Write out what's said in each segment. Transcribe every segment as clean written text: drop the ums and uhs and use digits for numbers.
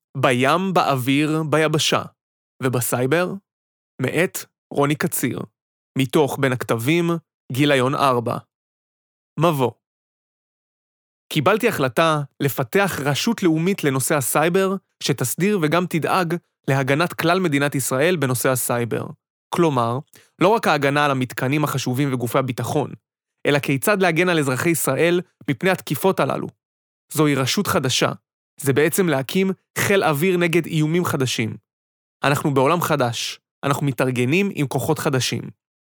בים, באוויר, ביבשה. ובסייבר? מאת רוני קציר. מתוך בין הכתבים, גיליון 4. מבוא. קיבלתי החלטה לפתח רשות לאומית לנושא הסייבר, שתסדיר וגם תדאג להגנת כלל מדינת ישראל בנושא הסייבר. כלומר, לא רק ההגנה על המתקנים החשובים וגופי הביטחון, אלא כיצד להגן על אזרחי ישראל מפני התקיפות הללו. זוהי רשות חדשה. זה בעצם להקים חיל אוויר נגד איומים חדשים. אנחנו בעולם חדש. אנחנו מתארגנים עם כוחות חדשים.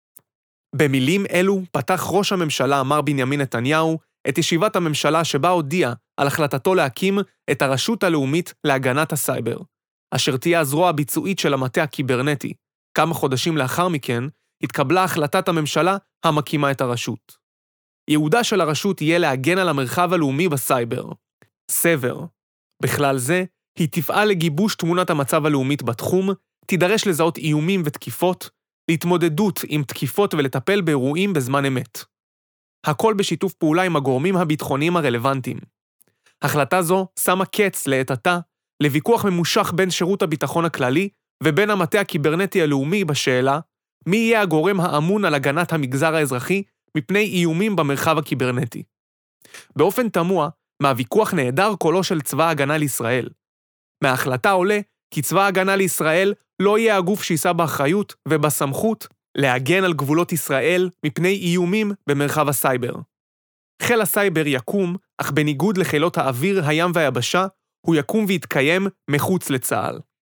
במילים אלו פתח ראש הממשלה מר בנימין נתניהו את ישיבת הממשלה שבה הודיע על החלטתו להקים את הרשות הלאומית להגנת הסייבר, אשר תהיה הזרוע הביצועית של המטה הקיברנטי. כמה חודשים לאחר מכן התקבלה החלטת הממשלה המקימה את הרשות. ייעודה של הרשות יהיה להגן על המרחב הלאומי בסייבר. סבר. בכלל זה, היא תפעל לגיבוש תמונת המצב הלאומית בתחום, תידרש לזהות איומים ותקיפות, להתמודדות עם תקיפות ולטפל באירועים בזמן אמת. הכל בשיתוף פעולה עם הגורמים הביטחוניים הרלוונטיים. החלטה זו שמה קץ לעת עתה לוויכוח ממושך בין שירות הביטחון הכללי ובין המטה הקיברנטי הלאומי בשאלה מי יהיה הגורם האמון על הגנת המגזר האזרחי מפני איומים במרחב הקיברנטי. באופן תמוה, מהוויכוח נעדר קולו של צבא ההגנה לישראל. מההחלטה עולה כי צבא ההגנה לישראל לא יהיה הגוף שיישא באחריות ובסמכות להגן על גבולות ישראל מפני איומים במרחב הסייבר. חיל הסייבר יקום, אך בניגוד לחילות האוויר, הים והיבשה, הוא יקום ויתקיים מחוץ לצה"ל.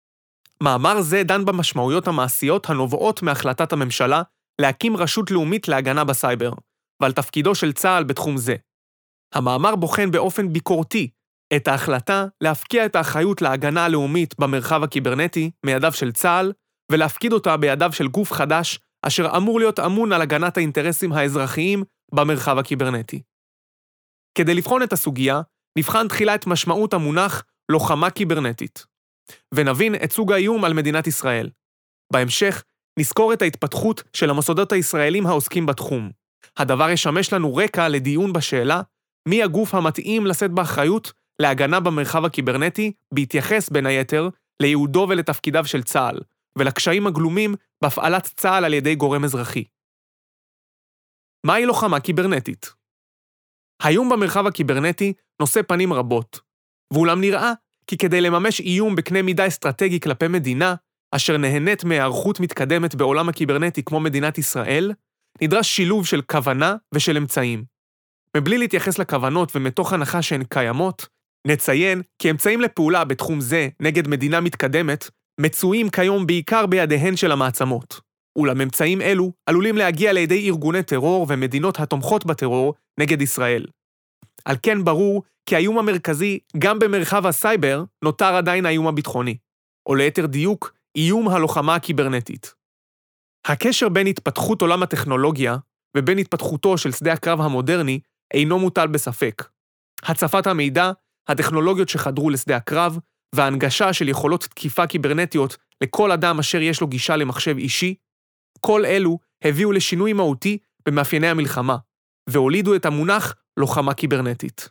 מאמר זה דן במשמעויות המעשיות הנובעות מהחלטת הממשלה להקים רשות לאומית להגנה בסייבר, ועל תפקידו של צה"ל בתחום זה. המאמר בוחן באופן ביקורתי את ההחלטה להפקיע את האחריות להגנה הלאומית במרחב הקיברנטי מידיו של צה"ל, ולהפקיד אותה בידיו של גוף חדש, אשר אמור להיות אמון על הגנת האינטרסים האזרחיים במרחב הקיברנטי. כדי לבחון את הסוגיה, נבחן תחילה את משמעות המונח לוחמה קיברנטית, ונבין את סוג האיום על מדינת ישראל. בהמשך, נזכור את ההתפתחות של המוסדות הישראלים העוסקים בתחום. הדבר ישמש לנו רקע לדיון בשאלה מי הגוף המתאים לשאת באחריות להגנה במרחב הקיברנטי, בהתייחס בין היתר לייעודו ולתפקידיו של צה"ל, ולקשיים הגלומים בהפעלת צה"ל על ידי גורם אזרחי. מהי לוחמה קיברנטית? האיום במרחב הקיברנטי נושא פנים רבות, ואולם נראה כי כדי לממש איום בקנה מידה אסטרטגי כלפי מדינה, אשר נהנית מהיערכות מתקדמת בעולם הקיברנטי כמו מדינת ישראל, נדרש שילוב של כוונה ושל אמצעים. מבלי להתייחס לכוונות ומתוך הנחה שהן קיימות, נציין כי אמצעים לפעולה בתחום זה נגד מדינה מתקדמת מצויים כיום בעיקר בידיהן של המעצמות. אולם אמצעים אלו עלולים להגיע לידי ארגוני טרור ומדינות התומכות בטרור נגד ישראל. על כן ברור כי האיום המרכזי גם במרחב הסייבר נותר עדיין האיום הביטחוני, או ליתר דיוק, איום הלוחמה הקיברנטית. הקשר בין התפתחות עולם הטכנולוגיה ובין התפתחותו של שדה הקרב המודרני אינו מוטל בספק. הצפת המידע, הטכנולוגיות שחדרו לשדה הקרב, וההנגשה של יכולות תקיפה קיברנטיות לכל אדם אשר יש לו גישה למחשב אישי, כל אלו הביאו לשינוי מהותי במאפייני המלחמה, והולידו את המונח לוחמה קיברנטית.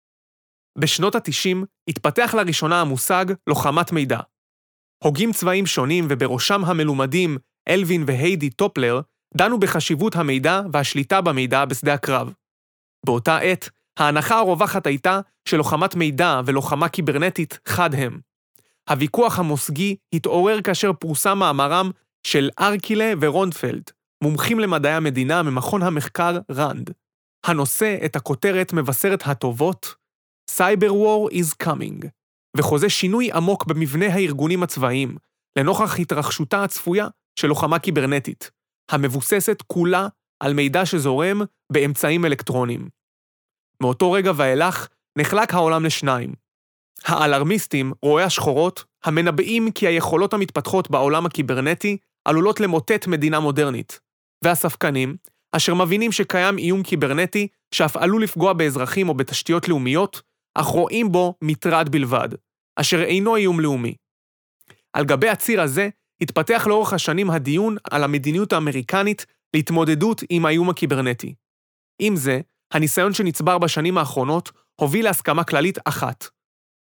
בשנות ה-90 התפתח לראשונה המושג לוחמת מידע. הוגים צבאיים שונים ובראשם המלומדים אלווין והיידי טופלר דנו בחשיבות המידע והשליטה במידע בשדה הקרב. באותה עת, ההנחה הרווחת הייתה שלוחמת מידע ולוחמה קיברנטית חד הם. הוויכוח המוסגי התעורר כאשר פורסם מאמרם של ארקילה ורונדפלד, מומחים למדעי המדינה ממכון המחקר רנד. הנושא את הכותרת מבשרת הטובות, Cyber War is coming, וחוזה שינוי עמוק במבנה הארגונים הצבאיים, לנוכח התרחשותה הצפויה של לוחמה קיברנטית, המבוססת כולה על מידע שזורם באמצעים אלקטרוניים. מאותו רגע ואילך נחלק העולם לשניים. האלרמיסטים, רואי השחורות, המנבאים כי היכולות המתפתחות בעולם הקיברנטי עלולות למוטט מדינה מודרנית, והספקנים, אשר מבינים שקיים איום קיברנטי שאף עלול לפגוע באזרחים או בתשתיות לאומיות, אך רואים בו מטרד בלבד, אשר אינו איום לאומי. על גבי הציר הזה התפתח לאורך השנים הדיון על המדיניות האמריקנית להתמודדות עם האיום הקיברנטי. עם זה, הניסיון שנצבר בשנים האחרונות הוביל להסכמה כללית אחת.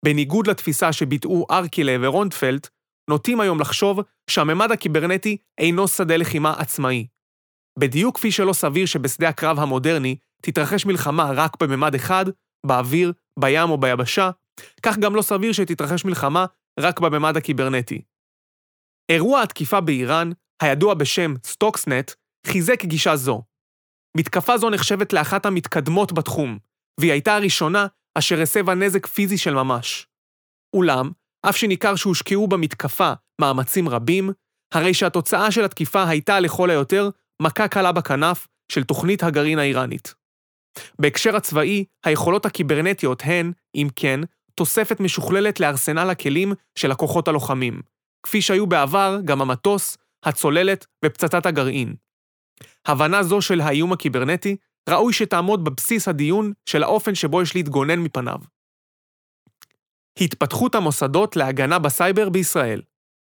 בניגוד לתפיסה שביטאו ארקלה ורונדפלד, נוטים היום לחשוב שהממד הקיברנטי אינו שדה לחימה עצמאי. בדיוק כפי שלא סביר שבשדה הקרב המודרני תתרחש מלחמה רק בממד אחד, באוויר, בים או ביבשה, כך גם לא סביר שתתרחש מלחמה רק בממד הקיברנטי. אירוע התקיפה באיראן, הידוע בשם סטוקסנט, חיזק גישה זו. מתקפה זו נחשבת לאחת המתקדמות בתחום, והיא הייתה הראשונה אשר הסבה נזק פיזי של ממש. אולם, אף שניכר שהושקעו במתקפה מאמצים רבים, הרי שהתוצאה של התקיפה הייתה לכל היותר מכה קלה בכנף של תוכנית הגרעין האיראנית. בהקשר הצבאי, היכולות הקיברנטיות הן, אם כן, תוספת משוכללת לארסנל הכלים של הכוחות הלוחמים, כפי שהיו בעבר גם המטוס, הצוללת ופצצת הגרעין. הבנה זו של האיום הקיברנטי ראוי שתעמוד בבסיס הדיון של האופן שבו יש להתגונן מפניו. התפתחות המוסדות להגנה בסייבר בישראל.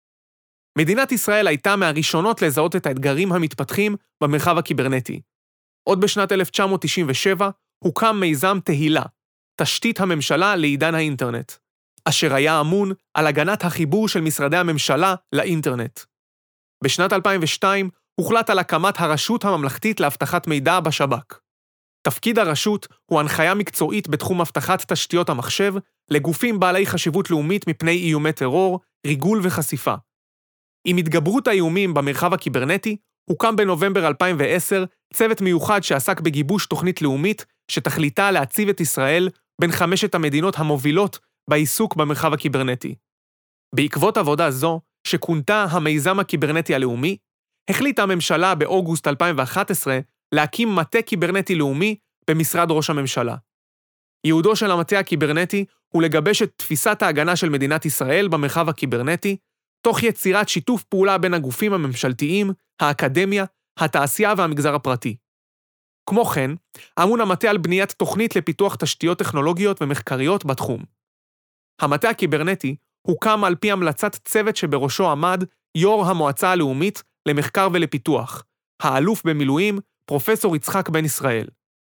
מדינת ישראל הייתה מהראשונות לזהות את האתגרים המתפתחים במרחב הקיברנטי. עוד בשנת 1997 הוקם מיזם תהילה, תשתית הממשלה לעידן האינטרנט, אשר היה אמון על הגנת החיבור של משרדי הממשלה לאינטרנט. בשנת 2002 הוחלט על הקמת הרשות הממלכתית לאבטחת מידע בשב"כ. תפקיד הרשות הוא הנחיה מקצועית בתחום הבטחת תשתיות המחשב לגופים בעלי חשיבות לאומית מפני איומי טרור, ריגול וחשיפה. עם התגברות האיומים במרחב הקיברנטי, הוקם בנובמבר 2010 צוות מיוחד שעסק בגיבוש תוכנית לאומית שתכליתה להציב את ישראל בין 5 המדינות המובילות בעיסוק במרחב הקיברנטי. בעקבות עבודה זו, שכונתה המיזם הקיברנטי הלאומי, החליטה הממשלה באוגוסט 2011 להקים מטה קיברנטי לאומי במשרד ראש הממשלה. ייעודו של המטה הקיברנטי הוא לגבש את תפיסת ההגנה של מדינת ישראל במרחב הקיברנטי, תוך יצירת שיתוף פעולה בין הגופים הממשלתיים, האקדמיה, התעשייה והמגזר הפרטי. כמו כן, אמון המטה על בניית תוכנית לפיתוח תשתיות טכנולוגיות ומחקריות בתחום. המטה הקיברנטי הוקם על פי המלצת צוות שבראשו עמד יו"ר המועצה הלאומית למחקר ולפיתוח, האלוף במילואים פרופסור יצחק בן ישראל.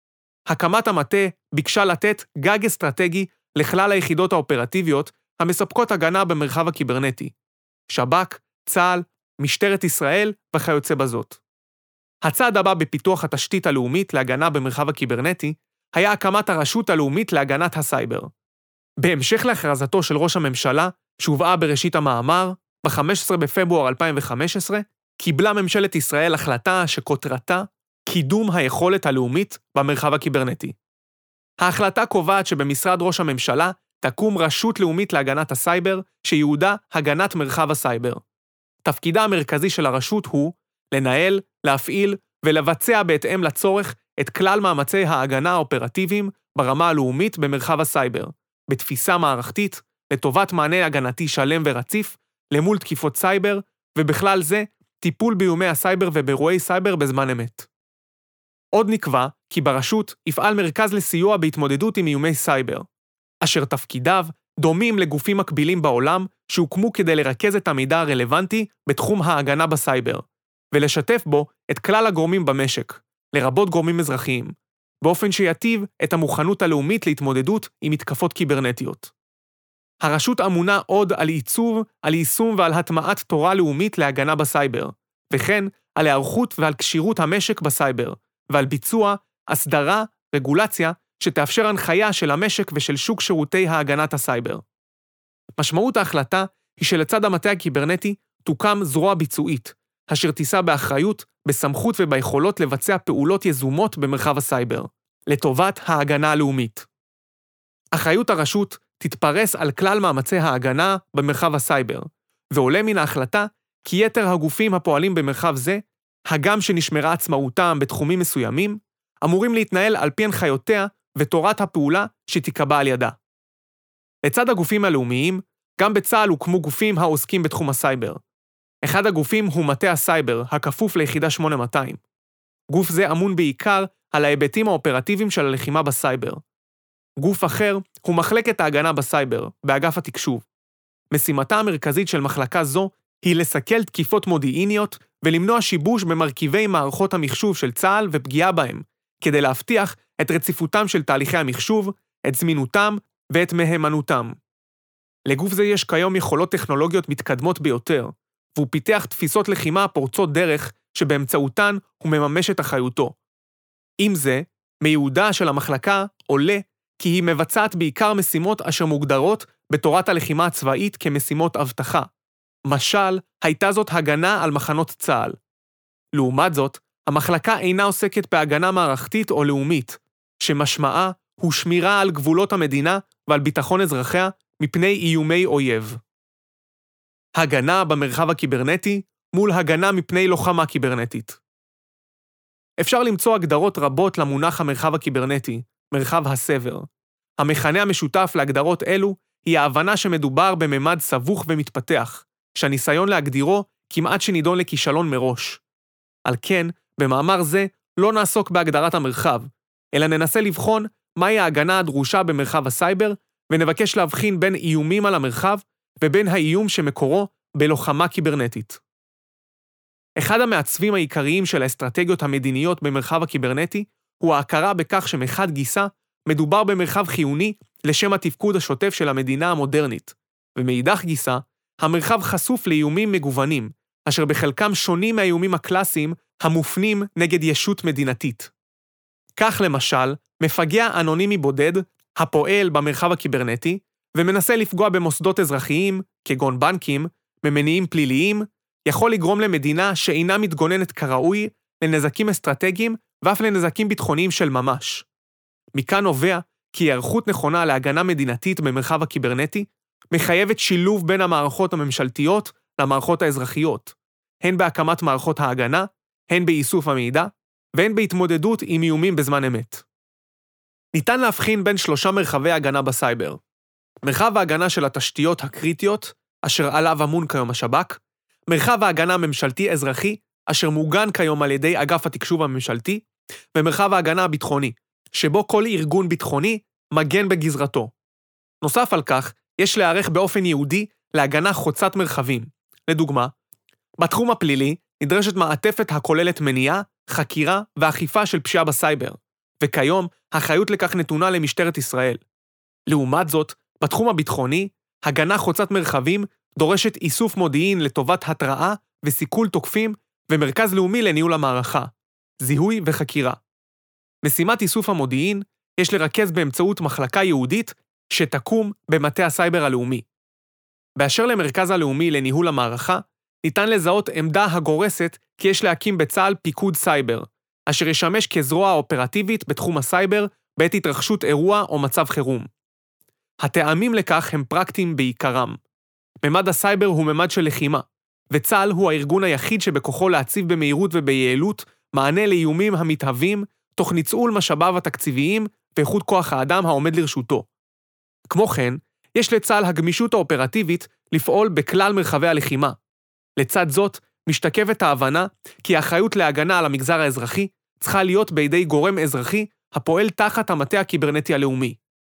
הקמת המטה ביקשה לתת גג אסטרטגי לכלל היחידות האופרטיביות המספקות הגנה במרחב הקיברנטי, שב"כ, צה"ל, משטרת ישראל וכיוצא בזאת. הצעד הבא בפיתוח התשתית הלאומית להגנה במרחב הקיברנטי היה הקמת הרשות הלאומית להגנת הסייבר. בהמשך להכרזתו של ראש הממשלה, שהובאה בראשית המאמר, ב-15 בפברואר 2015, קיבלה ממשלת ישראל החלטה שכותרתה קידום היכולת הלאומית במרחב הקיברנטי. ההחלטה קובעת שבמשרד ראש הממשלה תקום רשות לאומית להגנת הסייבר, שיעודה הגנת מרחב הסייבר. תפקידה המרכזי של הרשות הוא לנהל, להפעיל ולבצע בהתאם לצורך את כלל מאמצי ההגנה האופרטיביים ברמה הלאומית במרחב הסייבר, בתפיסה מערכתית, לטובת מענה הגנתי שלם ורציף, למול תקיפות סייבר, ובכלל זה טיפול באיומי הסייבר ובאירועי סייבר בזמן אמת. עוד נקבע כי ברשות יפעל מרכז לסיוע בהתמודדות עם איומי סייבר, אשר תפקידיו דומים לגופים מקבילים בעולם שהוקמו כדי לרכז את המידע הרלוונטי בתחום ההגנה בסייבר, ולשתף בו את כלל הגורמים במשק, לרבות גורמים אזרחיים, באופן שיטיב את המוכנות הלאומית להתמודדות עם מתקפות קיברנטיות. הרשות אמונה עוד על עיצוב, על יישום ועל הטמעת תורה לאומית להגנה בסייבר, וכן על היערכות ועל כשירות המשק בסייבר, ועל ביצוע, הסדרה, רגולציה, שתאפשר הנחיה של המשק ושל שוק שירותי ההגנת הסייבר. משמעות ההחלטה היא שלצד המטה הקיברנטי תוקם זרוע ביצועית, אשר תישא באחריות, בסמכות וביכולות לבצע פעולות יזומות במרחב הסייבר, לטובת ההגנה הלאומית. אחריות הרשות תתפרס על כלל מאמצי ההגנה במרחב הסייבר, ועולה מן ההחלטה כי יתר הגופים הפועלים במרחב זה, הגם שנשמרה עצמאותם בתחומים מסוימים, אמורים להתנהל על פי הנחיותיה ותורת הפעולה שתיקבע על ידה. לצד הגופים הלאומיים, גם בצה"ל הוקמו גופים העוסקים בתחום הסייבר. אחד הגופים הוא מטה הסייבר, הכפוף ליחידה 8200. גוף זה אמון בעיקר על ההיבטים האופרטיביים של הלחימה בסייבר. גוף אחר הוא מחלקת ההגנה בסייבר, באגף התקשוב. משימתה המרכזית של מחלקה זו היא לסכל תקיפות מודיעיניות ולמנוע שיבוש במרכיבי מערכות המחשוב של צה"ל ופגיעה בהם, כדי להבטיח את רציפותם של תהליכי המחשוב, את זמינותם ואת מהימנותם. לגוף זה יש כיום יכולות טכנולוגיות מתקדמות ביותר, והוא פיתח תפיסות לחימה פורצות דרך שבאמצעותן הוא מממש את אחריותו. עם זה, מיעודה של המחלקה עולה כי היא מבצעת בעיקר משימות אשר מוגדרות בתורת הלחימה הצבאית כמשימות אבטחה. משל, הייתה זאת הגנה על מחנות צה"ל. לעומת זאת, המחלקה אינה עוסקת בהגנה מערכתית או לאומית, שמשמעה הוא שמירה על גבולות המדינה ועל ביטחון אזרחיה מפני איומי אויב. הגנה במרחב הקיברנטי מול הגנה מפני לוחמה קיברנטית. אפשר למצוא הגדרות רבות למונח המרחב הקיברנטי, מרחב הסבר. המכנה המשותף להגדרות אלו היא ההבנה שמדובר בממד סבוך ומתפתח, שהניסיון להגדירו כמעט שנידון לכישלון מראש. על כן, במאמר זה לא נעסוק בהגדרת המרחב, אלא ננסה לבחון מהי ההגנה הדרושה במרחב הסייבר, ונבקש להבחין בין איומים על המרחב ובין האיום שמקורו בלוחמה קיברנטית. אחד המעצבים העיקריים של האסטרטגיות המדיניות במרחב הקיברנטי הוא ההכרה בכך שמחד גיסא מדובר במרחב חיוני לשם התפקוד השוטף של המדינה המודרנית, ומאידך גיסא המרחב חשוף לאיומים מגוונים, אשר בחלקם שונים מהאיומים הקלאסיים המופנים נגד ישות מדינתית. כך למשל, מפגע אנונימי בודד הפועל במרחב הקיברנטי ומנסה לפגוע במוסדות אזרחיים, כגון בנקים, ממניעים פליליים, יכול לגרום למדינה שאינה מתגוננת כראוי לנזקים אסטרטגיים ואף לנזקים ביטחוניים של ממש. מכאן נובע כי היערכות נכונה להגנה מדינתית במרחב הקיברנטי מחייבת שילוב בין המערכות הממשלתיות למערכות האזרחיות, הן בהקמת מערכות ההגנה, הן באיסוף המידע, והן בהתמודדות עם איומים בזמן אמת. ניתן להבחין בין 3 מרחבי הגנה בסייבר. מרחב ההגנה של התשתיות הקריטיות, אשר עליו אמון כיום השב"כ, מרחב ההגנה הממשלתי-אזרחי, אשר מוגן כיום על ידי אגף התקשוב הממשלתי, ומרחב ההגנה הביטחוני, שבו כל ארגון ביטחוני מגן בגזרתו. נוסף על כך, יש להיערך באופן ייעודי להגנה חוצת מרחבים. לדוגמה, בתחום הפלילי נדרשת מעטפת הכוללת מניעה, חקירה ואכיפה של פשיעה בסייבר, וכיום האחריות לכך נתונה למשטרת ישראל. לעומת זאת, בתחום הביטחוני, הגנה חוצת מרחבים דורשת איסוף מודיעין לטובת התראה וסיכול תוקפים ומרכז לאומי לניהול המערכה, זיהוי וחקירה. משימת איסוף המודיעין יש לרכז באמצעות מחלקה ייעודית שתקום במטה הסייבר הלאומי. באשר למרכז הלאומי לניהול המערכה, ניתן לזהות עמדה הגורסת כי יש להקים בצה"ל פיקוד סייבר, אשר ישמש כזרוע אופרטיבית בתחום הסייבר בעת התרחשות אירוע או מצב חירום. הטעמים לכך הם פרקטיים בעיקרם. ממד הסייבר הוא ממד של לחימה, וצה"ל הוא הארגון היחיד שבכוחו להציב במהירות וביעילות מענה לאיומים המתהווים, תוך ניצול משאביו התקציביים ואיכות כוח האדם העומד לרשותו. כמו כן, יש לצה"ל הגמישות האופרטיבית לפעול בכלל מרחבי הלחימה. לצד זאת, משתקפת ההבנה כי האחריות להגנה על המגזר האזרחי צריכה להיות בידי גורם אזרחי הפועל תחת המטה הקיברנטי הלאומי.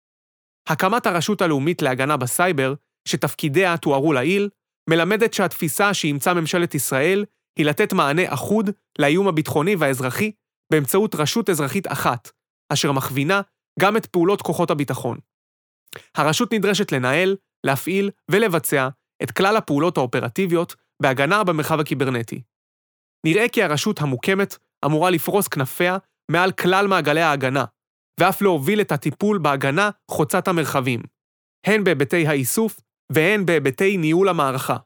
הקמת הרשות הלאומית להגנה בסייבר, שתפקידיה תוארו לעיל, מלמדת שהתפיסה שאימצה ממשלת ישראל היא לתת מענה אחוד לאיום הביטחוני והאזרחי באמצעות רשות אזרחית אחת, אשר מכווינה גם את פעולות כוחות הביטחון. הרשות נדרשת לנהל, להפעיל ולבצע את כלל הפעולות האופרטיביות בהגנה במרחב הקיברנטי. נראה כי הרשות המוקמת אמורה לפרוס כנפיה מעל כלל מעגלי ההגנה, ואף להוביל את הטיפול בהגנה חוצת המרחבים, הן בהיבטי האיסוף והן בהיבטי ניהול המערכה.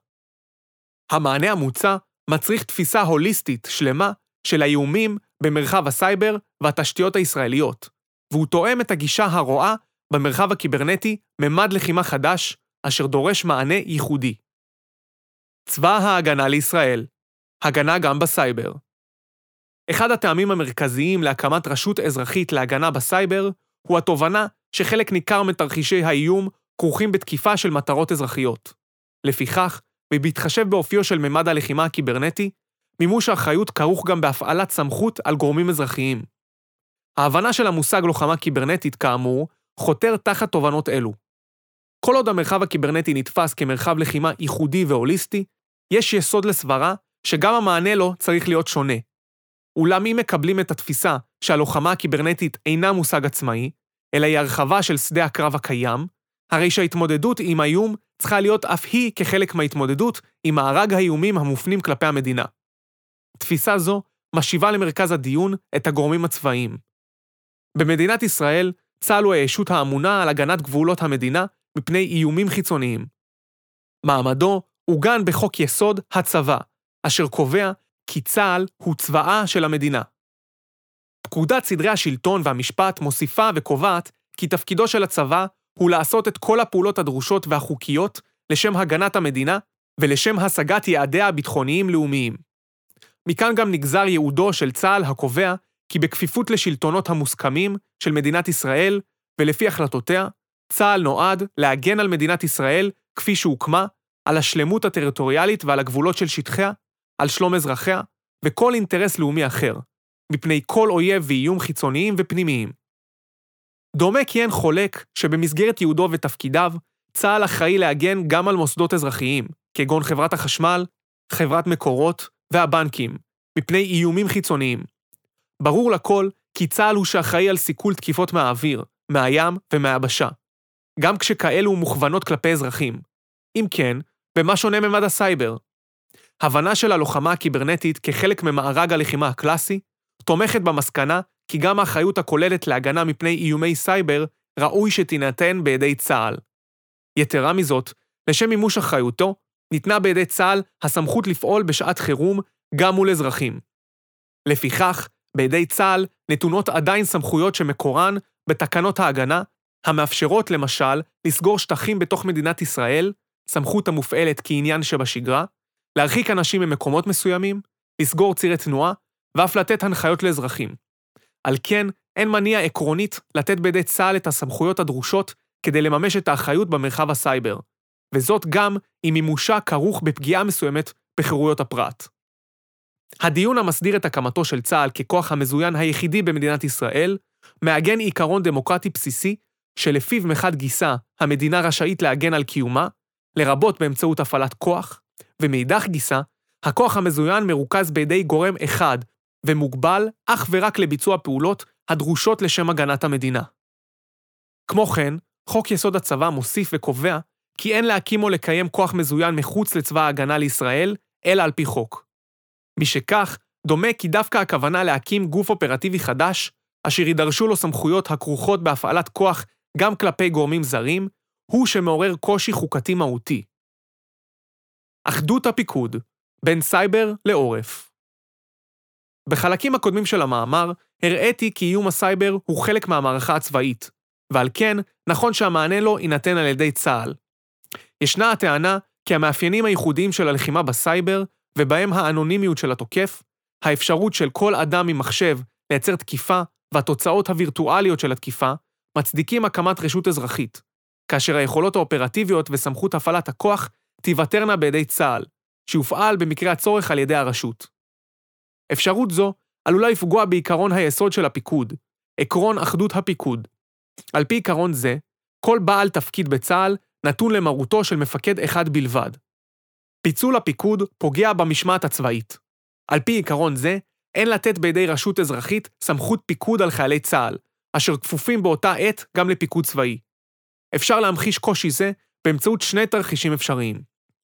המענה המוצע מצריך תפיסה הוליסטית שלמה של האיומים במרחב הסייבר והתשתיות הישראליות, והוא תואם את הגישה הרואה במרחב הקיברנטי ממד לחימה חדש, אשר דורש מענה ייחודי. צבא ההגנה לישראל, הגנה גם בסייבר. אחד הטעמים המרכזיים להקמת רשות אזרחית להגנה בסייבר הוא התובנה שחלק ניכר מתרחישי האיום כרוכים בתקיפה של מטרות אזרחיות. לפיכך, ובהתחשב באופיו של ממד הלחימה הקיברנטי, מימוש האחריות כרוך גם בהפעלת סמכות על גורמים אזרחיים. ההבנה של המושג לוחמה קיברנטית כאמור חותר תחת תובנות אלו. כל עוד המרחב הקיברנטי נתפס כמרחב לחימה ייחודי והוליסטי, יש יסוד לסברה שגם המענה לו צריך להיות שונה. אולם אם מקבלים את התפיסה שהלוחמה הקיברנטית אינה מושג עצמאי, אלא היא הרחבה של שדה הקרב הקיים, הרי שההתמודדות עם האיום צריכה להיות אף היא כחלק מההתמודדות עם מארג האיומים המופנים כלפי המדינה. תפיסה זו משיבה למרכז הדיון את הגורמים הצבאיים. במדינת ישראל, צה"ל הוא הישות האמונה על הגנת גבולות המדינה מפני איומים חיצוניים. מעמדו עוגן בחוק יסוד הצבא, אשר קובע כי צה"ל הוא צבאה של המדינה. פקודת סדרי השלטון והמשפט מוסיפה וקובעת כי תפקידו של הצבא הוא לעשות את כל הפעולות הדרושות והחוקיות לשם הגנת המדינה ולשם השגת יעדיה הביטחוניים-לאומיים. מכאן גם נגזר ייעודו של צה"ל הקובע כי בכפיפות לשלטונות המוסכמים של מדינת ישראל ולפי החלטותיה, צה"ל נועד להגן על מדינת ישראל כפי שהוקמה, על השלמות הטריטוריאלית ועל הגבולות של שטחיה, על שלום אזרחיה וכל אינטרס לאומי אחר, מפני כל אויב ואיום חיצוניים ופנימיים. דומה כי אין חולק שבמסגרת ייעודו ותפקידיו, צה"ל אחראי להגן גם על מוסדות אזרחיים, כגון חברת החשמל, חברת מקורות והבנקים, מפני איומים חיצוניים. ברור לכל כי צה"ל הוא שאחראי על סיכול תקיפות מהאוויר, מהים ומהיבשה, גם כשכאלו מוכוונות כלפי אזרחים. אם כן, במה שונה ממד הסייבר? הבנה של הלוחמה הקיברנטית כחלק ממארג הלחימה הקלאסי, תומכת במסקנה כי גם האחריות הכוללת להגנה מפני איומי סייבר ראוי שתינתן בידי צה"ל. יתרה מזאת, לשם מימוש אחריותו, ניתנה בידי צה"ל הסמכות לפעול בשעת חירום גם מול אזרחים. לפיכך, בידי צה"ל נתונות עדיין סמכויות שמקורן בתקנות ההגנה, המאפשרות למשל לסגור שטחים בתוך מדינת ישראל, סמכות המופעלת כעניין שבשגרה, להרחיק אנשים ממקומות מסוימים, לסגור צירי תנועה, ואף לתת הנחיות לאזרחים. על כן, אין מניע עקרונית לתת בידי צה"ל את הסמכויות הדרושות כדי לממש את האחריות במרחב הסייבר, וזאת גם אם מימושה כרוך בפגיעה מסוימת בחירויות הפרט. הדיון המסדיר את הקמתו של צה"ל ככוח המזוין היחידי במדינת ישראל, מעגן עיקרון דמוקרטי בסיסי, שלפיו מחד גיסא המדינה רשאית להגן על קיומה, לרבות באמצעות הפעלת כוח, ומאידך גיסא, הכוח המזוין מרוכז בידי גורם אחד, ומוגבל אך ורק לביצוע פעולות הדרושות לשם הגנת המדינה. כמו כן, חוק יסוד הצבא מוסיף וקובע כי אין להקים או לקיים כוח מזוין מחוץ לצבא ההגנה לישראל, אלא על פי חוק. משכך, דומה כי דווקא הכוונה להקים גוף אופרטיבי חדש, אשר יידרשו לו סמכויות הכרוכות בהפעלת כוח גם כלפי גורמים זרים, הוא שמעורר קושי חוקתי מהותי. אחדות הפיקוד, בין סייבר לעורף. בחלקים הקודמים של המאמר, הראיתי כי איום הסייבר הוא חלק מהמערכה הצבאית, ועל כן נכון שהמענה לו יינתן על ידי צה"ל. ישנה הטענה כי המאפיינים הייחודיים של הלחימה בסייבר, ובהם האנונימיות של התוקף, האפשרות של כל אדם ממחשב לייצר תקיפה, והתוצאות הווירטואליות של התקיפה, מצדיקים הקמת רשות אזרחית, כאשר היכולות האופרטיביות וסמכות הפעלת הכוח תיוותרנה בידי צה"ל, שיופעל במקרה הצורך על ידי הרשות. אפשרות זו עלולה לפגוע בעיקרון היסוד של הפיקוד, עקרון אחדות הפיקוד. על פי עיקרון זה, כל בעל תפקיד בצה"ל נתון למרותו של מפקד אחד בלבד. פיצול הפיקוד פוגע במשמעת הצבאית. על פי עיקרון זה, אין לתת בידי רשות אזרחית סמכות פיקוד על חיילי צה"ל, אשר כפופים באותה עת גם לפיקוד צבאי. אפשר להמחיש קושי זה באמצעות שני תרחישים אפשריים.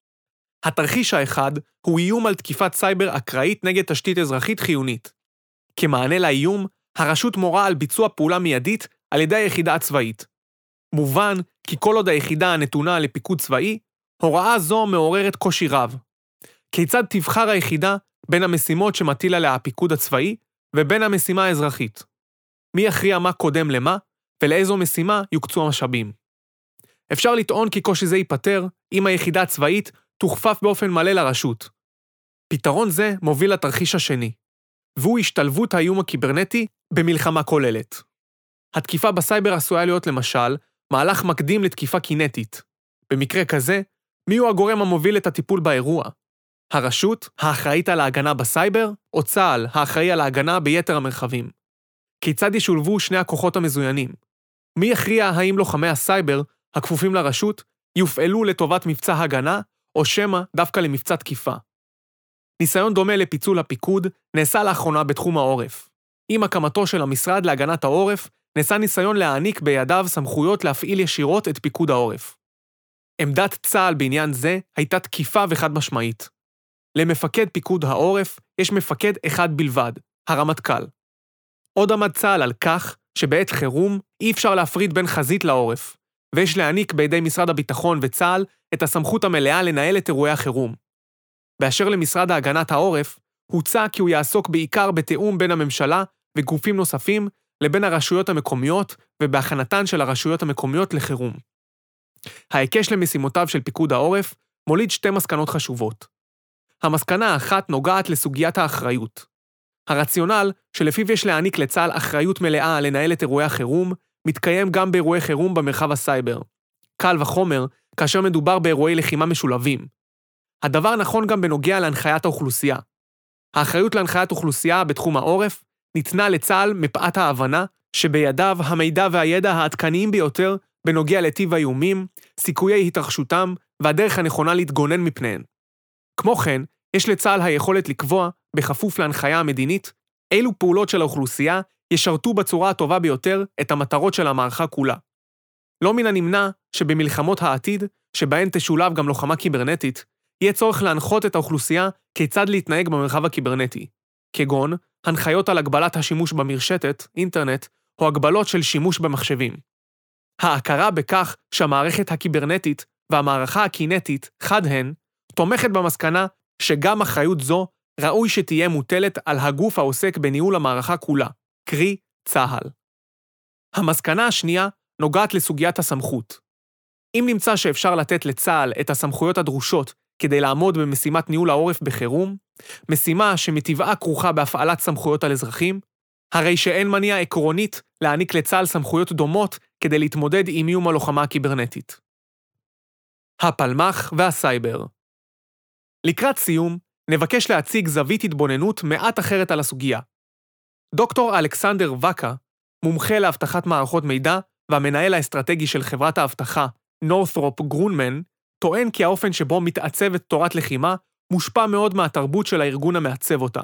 התרחיש האחד הוא איום על תקיפת סייבר אקראית נגד תשתית אזרחית חיונית. כמענה לאיום, הרשות מורה על ביצוע פעולה מיידית על ידי היחידה הצבאית. מובן כי כל עוד היחידה הנתונה לפיקוד צבאי, הוראה זו מעוררת קושי רב. כיצד תבחר היחידה בין המשימות שמטיל עליה הפיקוד הצבאי ובין המשימה האזרחית? מי יכריע מה קודם למה ולאיזו משימה יוקצו המשאבים? אפשר לטעון כי קושי זה ייפתר אם היחידה הצבאית תוכפף באופן מלא לרשות. פתרון זה מוביל לתרחיש השני, והוא השתלבות האיום הקיברנטי במלחמה כוללת. התקיפה בסייבר עשויה להיות למשל מהלך מקדים לתקיפה קינטית. במקרה כזה, מי הוא הגורם המוביל את הטיפול באירוע? הרשות, האחראית על ההגנה בסייבר, או צה"ל, האחראי על ההגנה ביתר המרחבים? כיצד ישולבו שני הכוחות המזוינים? מי יכריע האם לוחמי הסייבר, הכפופים לרשות, יופעלו לטובת מבצע הגנה, או שמא דווקא למבצע תקיפה? ניסיון דומה לפיצול הפיקוד נעשה לאחרונה בתחום העורף. עם הקמתו של המשרד להגנת העורף, נעשה ניסיון להעניק בידיו סמכויות להפעיל ישירות את פיקוד העורף. עמדת צה"ל בעניין זה הייתה תקיפה וחד משמעית. למפקד פיקוד העורף יש מפקד אחד בלבד, הרמטכ"ל. עוד עמד צה"ל על כך שבעת חירום אי אפשר להפריד בין חזית לעורף, ויש להעניק בידי משרד הביטחון וצה"ל את הסמכות המלאה לנהל את אירועי החירום. באשר למשרד ההגנת העורף, הוצע כי הוא יעסוק בעיקר בתיאום בין הממשלה וגופים נוספים לבין הרשויות המקומיות ובהכנתן של הרשויות המקומיות לחירום. ההיקש למשימותיו של פיקוד העורף מוליד שתי מסקנות חשובות. המסקנה האחת נוגעת לסוגיית האחריות. הרציונל שלפיו יש להעניק לצה"ל אחריות מלאה לנהל את אירועי החירום, מתקיים גם באירועי חירום במרחב הסייבר. קל וחומר, כאשר מדובר באירועי לחימה משולבים. הדבר נכון גם בנוגע להנחיית האוכלוסייה. האחריות להנחיית אוכלוסייה בתחום העורף ניתנה לצה"ל מפאת ההבנה שבידיו המידע והידע העדכניים ביותר בנוגע לטיב האיומים, סיכויי התרחשותם והדרך הנכונה להתגונן מפניהן. כמו כן, יש לצה"ל היכולת לקבוע, בכפוף להנחיה המדינית, אילו פעולות של האוכלוסייה ישרתו בצורה הטובה ביותר את המטרות של המערכה כולה. לא מן הנמנע שבמלחמות העתיד, שבהן תשולב גם לוחמה קיברנטית, יהיה צורך להנחות את האוכלוסייה כיצד להתנהג במרחב הקיברנטי, כגון הנחיות על הגבלת השימוש במרשתת, אינטרנט, או הגבלות של שימוש במחשבים. ההכרה בכך שהמערכת הקיברנטית והמערכה הקינטית, חד הן, תומכת במסקנה שגם אחריות זו ראוי שתהיה מוטלת על הגוף העוסק בניהול המערכה כולה, קרי צה"ל. המסקנה השנייה נוגעת לסוגיית הסמכות. אם נמצא שאפשר לתת לצה"ל את הסמכויות הדרושות כדי לעמוד במשימת ניהול העורף בחירום, משימה שמטבעה כרוכה בהפעלת סמכויות על אזרחים, הרי שאין מניעה עקרונית להעניק לצה"ל סמכויות דומות כדי להתמודד עם איום הלוחמה הקיברנטית. הפלמ"ח והסייבר. לקראת סיום, נבקש להציג זווית התבוננות מעט אחרת על הסוגיה. דוקטור אלכסנדר וקה, מומחה להבטחת מערכות מידע והמנהל האסטרטגי של חברת האבטחה, נורת'רופ גרונמן, טוען כי האופן שבו מתעצבת תורת לחימה מושפע מאוד מהתרבות של הארגון המעצב אותה.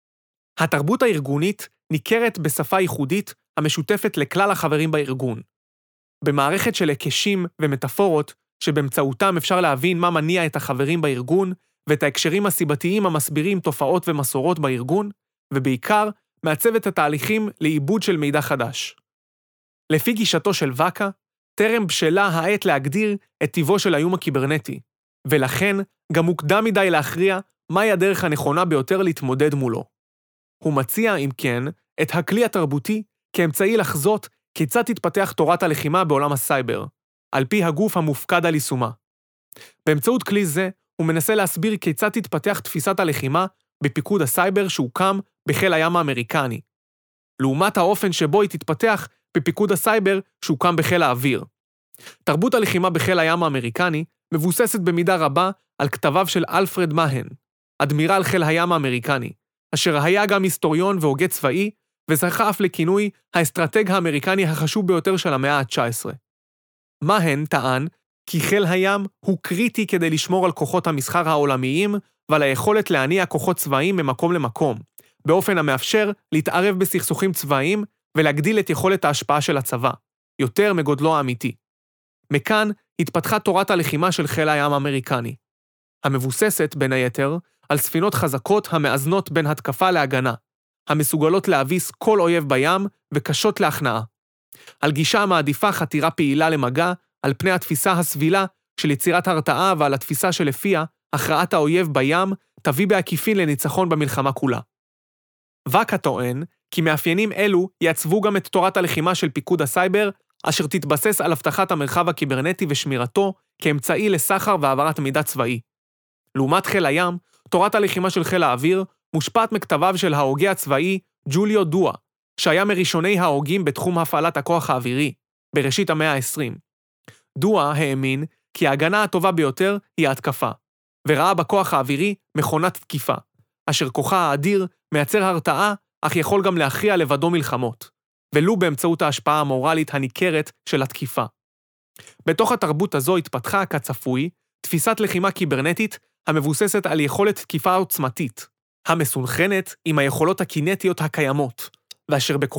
התרבות הארגונית ניכרת בשפה ייחודית המשותפת לכלל החברים בארגון. במערכת של היקשים ומטאפורות שבאמצעותם אפשר להבין מה מניע את החברים בארגון ואת ההקשרים הסיבתיים המסבירים תופעות ומסורות בארגון, ובעיקר מעצבת התהליכים לעיבוד של מידע חדש. לפי גישתו של וקה, טרם בשלה העת להגדיר את טיבו של האיום הקיברנטי, ולכן גם מוקדם מדי להכריע מהי הדרך הנכונה ביותר להתמודד מולו. הוא מציע, אם כן, את הכלי התרבותי כאמצעי לחזות כיצד תתפתח תורת הלחימה בעולם הסייבר, על פי הגוף המופקד על יישומה. באמצעות כלי זה, הוא מנסה להסביר כיצד תתפתח תפיסת הלחימה בפיקוד הסייבר שהוקם בחיל הים האמריקני, לעומת האופן שבו היא תתפתח בפיקוד הסייבר שהוקם בחיל האוויר. תרבות הלחימה בחיל הים האמריקני מבוססת במידה רבה על כתביו של אלפרד מהן, אדמירל חיל הים האמריקני, אשר היה גם היסטוריון והוגה צבאי, וזכה אף לכינוי האסטרטג האמריקני החשוב ביותר של המאה ה-19. מהן טען כי חיל הים הוא קריטי כדי לשמור על כוחות המסחר העולמיים ועל היכולת להניע כוחות צבאיים ממקום למקום, באופן המאפשר להתערב בסכסוכים צבאיים ולהגדיל את יכולת ההשפעה של הצבא, יותר מגודלו האמיתי. מכאן התפתחה תורת הלחימה של חיל הים האמריקני, המבוססת בין היתר על ספינות חזקות המאזנות בין התקפה להגנה, המסוגלות להביס כל אויב בים וקשות להכנעה. על גישה המעדיפה חתירה פעילה למגע על פני התפיסה הסבילה של יצירת הרתעה ועל התפיסה שלפיה הכרעת האויב בים תביא בעקיפין לניצחון במלחמה כולה. וקה טוען כי מאפיינים אלו יעצבו גם את תורת הלחימה של פיקוד הסייבר, אשר תתבסס על הבטחת המרחב הקיברנטי ושמירתו כאמצעי לסחר והעברת מידע צבאי. לעומת חיל הים, תורת הלחימה של חיל האוויר מושפעת מכתביו של ההוגה הצבאי ג'וליו דואה, שהיה מראשוני ההוגים בתחום הפעלת הכוח האווירי, בראשית המאה ה-20. דואה האמין כי ההגנה הטובה ביותר היא ההתקפה, וראה בכוח האווירי מכונת תקיפה, אשר כוחה האדיר מייצר הרתעה, אך יכול גם להכריע לבדו מלחמות, ולו באמצעות ההשפעה המורלית הניכרת של התקיפה. בתוך התרבות הזו התפתחה, כצפוי, תפיסת לחימה קיברנטית המבוססת על יכולת תקיפה עוצמתית, המסונכרנת עם היכולות הקינטיות הקיימות, ואשר בכוחה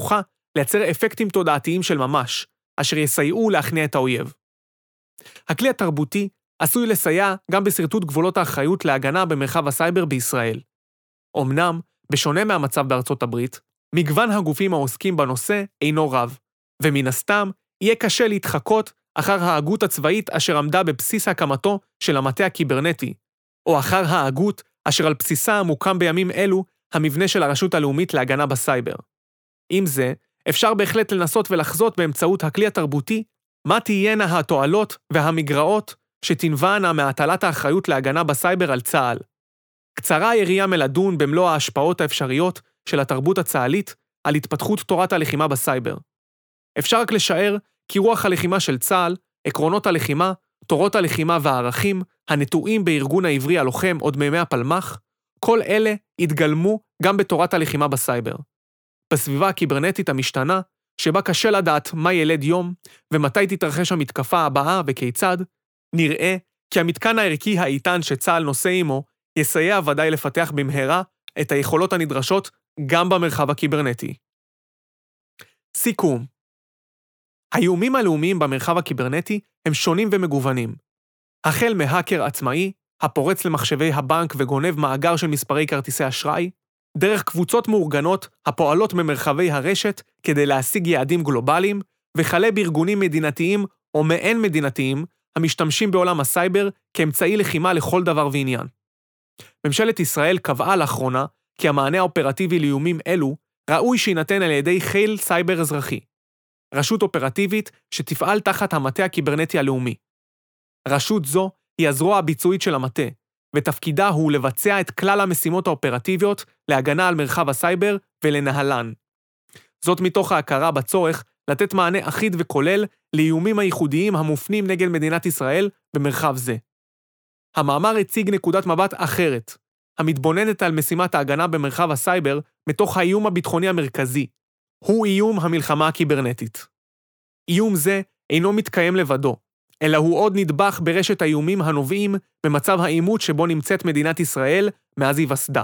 לייצר אפקטים תודעתיים של ממש, אשר יסייעו להכניע את האויב. הכלי התרבותי עשוי לסייע גם בסרטוט גבולות האחריות להגנה במרחב הסייבר בישראל. אמנם, בשונה מהמצב בארצות הברית, מגוון הגופים העוסקים בנושא אינו רב, ומן הסתם יהיה קשה להתחקות אחר ההגות הצבאית אשר עמדה בבסיס הקמתו של המטה הקיברנטי, או אחר ההגות אשר על בסיסה מוקם בימים אלו המבנה של הרשות הלאומית להגנה בסייבר. עם זה, אפשר בהחלט לנסות ולחזות באמצעות הכלי התרבותי מה תהיינה התועלות והמגרעות שתנבענה מהטלת האחריות להגנה בסייבר על צה"ל. קצרה היריעה מלדון במלוא ההשפעות האפשריות של התרבות הצה"לית על התפתחות תורת הלחימה בסייבר. אפשר רק לשער כי רוח הלחימה של צה"ל, עקרונות הלחימה, תורות הלחימה והערכים, הנטועים בארגון העברי הלוחם עוד מימי הפלמ"ח, כל אלה התגלמו גם בתורת הלחימה בסייבר. בסביבה הקיברנטית המשתנה, שבה קשה לדעת מה ילד יום ומתי תתרחש המתקפה הבאה וכיצד, נראה כי המתקן הערכי האיתן שצה"ל נושא עמו יסייע ודאי לפתח במהרה את היכולות הנדרשות גם במרחב הקיברנטי. סיכום. האיומים הלאומיים במרחב הקיברנטי הם שונים ומגוונים. החל מהאקר עצמאי, הפורץ למחשבי הבנק וגונב מאגר של מספרי כרטיסי אשראי, דרך קבוצות מאורגנות הפועלות במרחבי הרשת כדי להשיג יעדים גלובליים, וכלה בארגונים מדינתיים או מעין מדינתיים המשתמשים בעולם הסייבר כאמצעי לחימה לכל דבר ועניין. ממשלת ישראל קבעה לאחרונה כי המענה האופרטיבי לאיומים אלו ראוי שיינתן על ידי חיל סייבר אזרחי, רשות אופרטיבית שתפעל תחת המטה הקיברנטי הלאומי. רשות זו היא הזרוע הביצועית של המטה, ותפקידה הוא לבצע את כלל המשימות האופרטיביות להגנה על מרחב הסייבר ולנהלן. זאת מתוך ההכרה בצורך לתת מענה אחיד וכולל לאיומים הייחודיים המופנים נגד מדינת ישראל במרחב זה. המאמר הציג נקודת מבט אחרת, המתבוננת על משימת ההגנה במרחב הסייבר מתוך האיום הביטחוני המרכזי, הוא איום המלחמה הקיברנטית. איום זה אינו מתקיים לבדו, אלא הוא עוד נדבך ברשת האיומים הנובעים במצב העימות שבו נמצאת מדינת ישראל מאז היווסדה.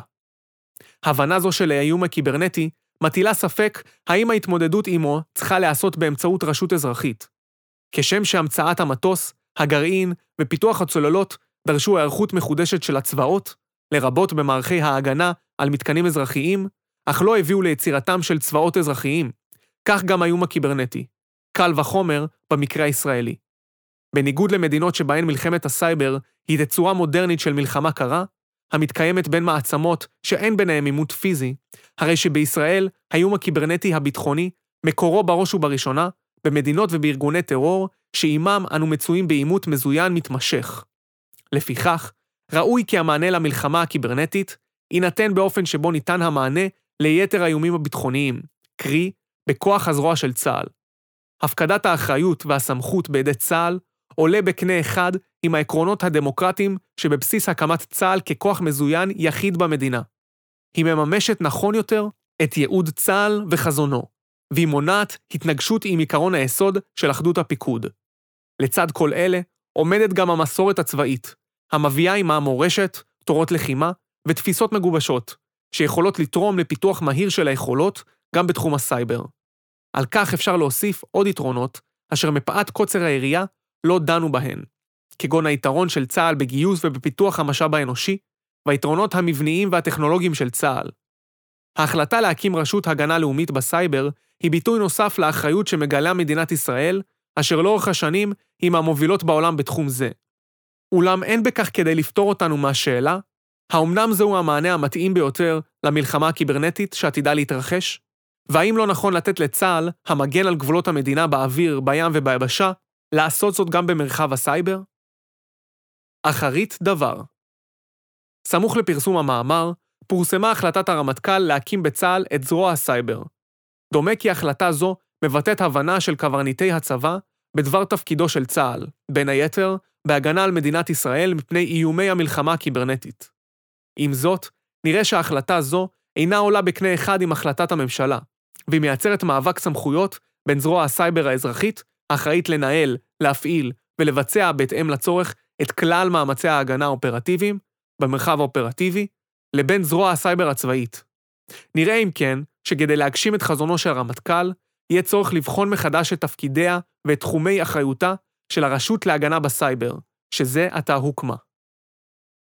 הבנה זו של האיום הקיברנטי מטילה ספק האם ההתמודדות עמו צריכה להיעשות באמצעות רשות אזרחית. כשם שהמצאת המטוס, הגרעין ופיתוח הצוללות דרשו הערכות מחודשת של הצבאות, לרבות במערכי ההגנה על מתקנים אזרחיים, אך לא הביאו ליצירתם של צבאות אזרחיים, כך גם האיום הקיברנטי, קל וחומר במקרה הישראלי. בניגוד למדינות שבהן מלחמת הסייבר היא תצורה מודרנית של מלחמה קרה, המתקיימת בין מעצמות שאין ביניהם עימות פיזי, הרי שבישראל האיום הקיברנטי הביטחוני מקורו בראש ובראשונה במדינות ובארגוני טרור שעימם אנו מצויים בעימות מזוין מתמשך. לפיכך, ראוי כי המענה למלחמה הקיברנטית יינתן באופן שבו ניתן המענה ליתר האיומים הביטחוניים, קרי, בכוח הזרוע של צה"ל. הפקדת האחריות והסמכות בידי צה"ל עולה בקנה אחד עם העקרונות הדמוקרטיים שבבסיס הקמת צה"ל ככוח מזוין יחיד במדינה. היא מממשת נכון יותר את ייעוד צה"ל וחזונו, והיא מונעת התנגשות עם עיקרון היסוד של אחדות הפיקוד. לצד כל אלה עומדת גם המסורת הצבאית, המביאה עימה מורשת, תורות לחימה ותפיסות מגובשות, שיכולות לתרום לפיתוח מהיר של היכולות גם בתחום הסייבר. על כך אפשר להוסיף עוד יתרונות, אשר מפאת קוצר היריעה לא דנו בהן, כגון היתרון של צה"ל בגיוס ובפיתוח המשאב האנושי, והיתרונות המבניים והטכנולוגיים של צה"ל. ההחלטה להקים רשות הגנה לאומית בסייבר היא ביטוי נוסף לאחריות שמגלה מדינת ישראל, אשר לאורך השנים היא מהמובילות בעולם בתחום זה. אולם אין בכך כדי לפתור אותנו מהשאלה, האמנם זהו המענה המתאים ביותר למלחמה הקיברנטית שעתידה להתרחש? והאם לא נכון לתת לצה"ל, המגן על גבולות המדינה באוויר, בים וביבשה, לעשות זאת גם במרחב הסייבר? אחרית דבר. סמוך לפרסום המאמר, פורסמה החלטת הרמטכ"ל להקים בצה"ל את זרוע הסייבר. דומה כי החלטה זו מבטאת הבנה של קברניטי הצבא בדבר תפקידו של צה"ל, בין היתר, בהגנה על מדינת ישראל מפני איומי המלחמה הקיברנטית. עם זאת, נראה שההחלטה זו אינה עולה בקנה אחד עם החלטת הממשלה, והיא מייצרת מאבק סמכויות בין זרוע הסייבר האזרחית, האחראית לנהל, להפעיל ולבצע בהתאם לצורך את כלל מאמצי ההגנה האופרטיביים, במרחב האופרטיבי, לבין זרוע הסייבר הצבאית. נראה אם כן, שכדי להגשים את חזונו של הרמטכ"ל, יהיה צורך לבחון מחדש את תפקידיה ואת תחומי אחריותה של הרשות להגנה בסייבר, שזה עתה הוקמה.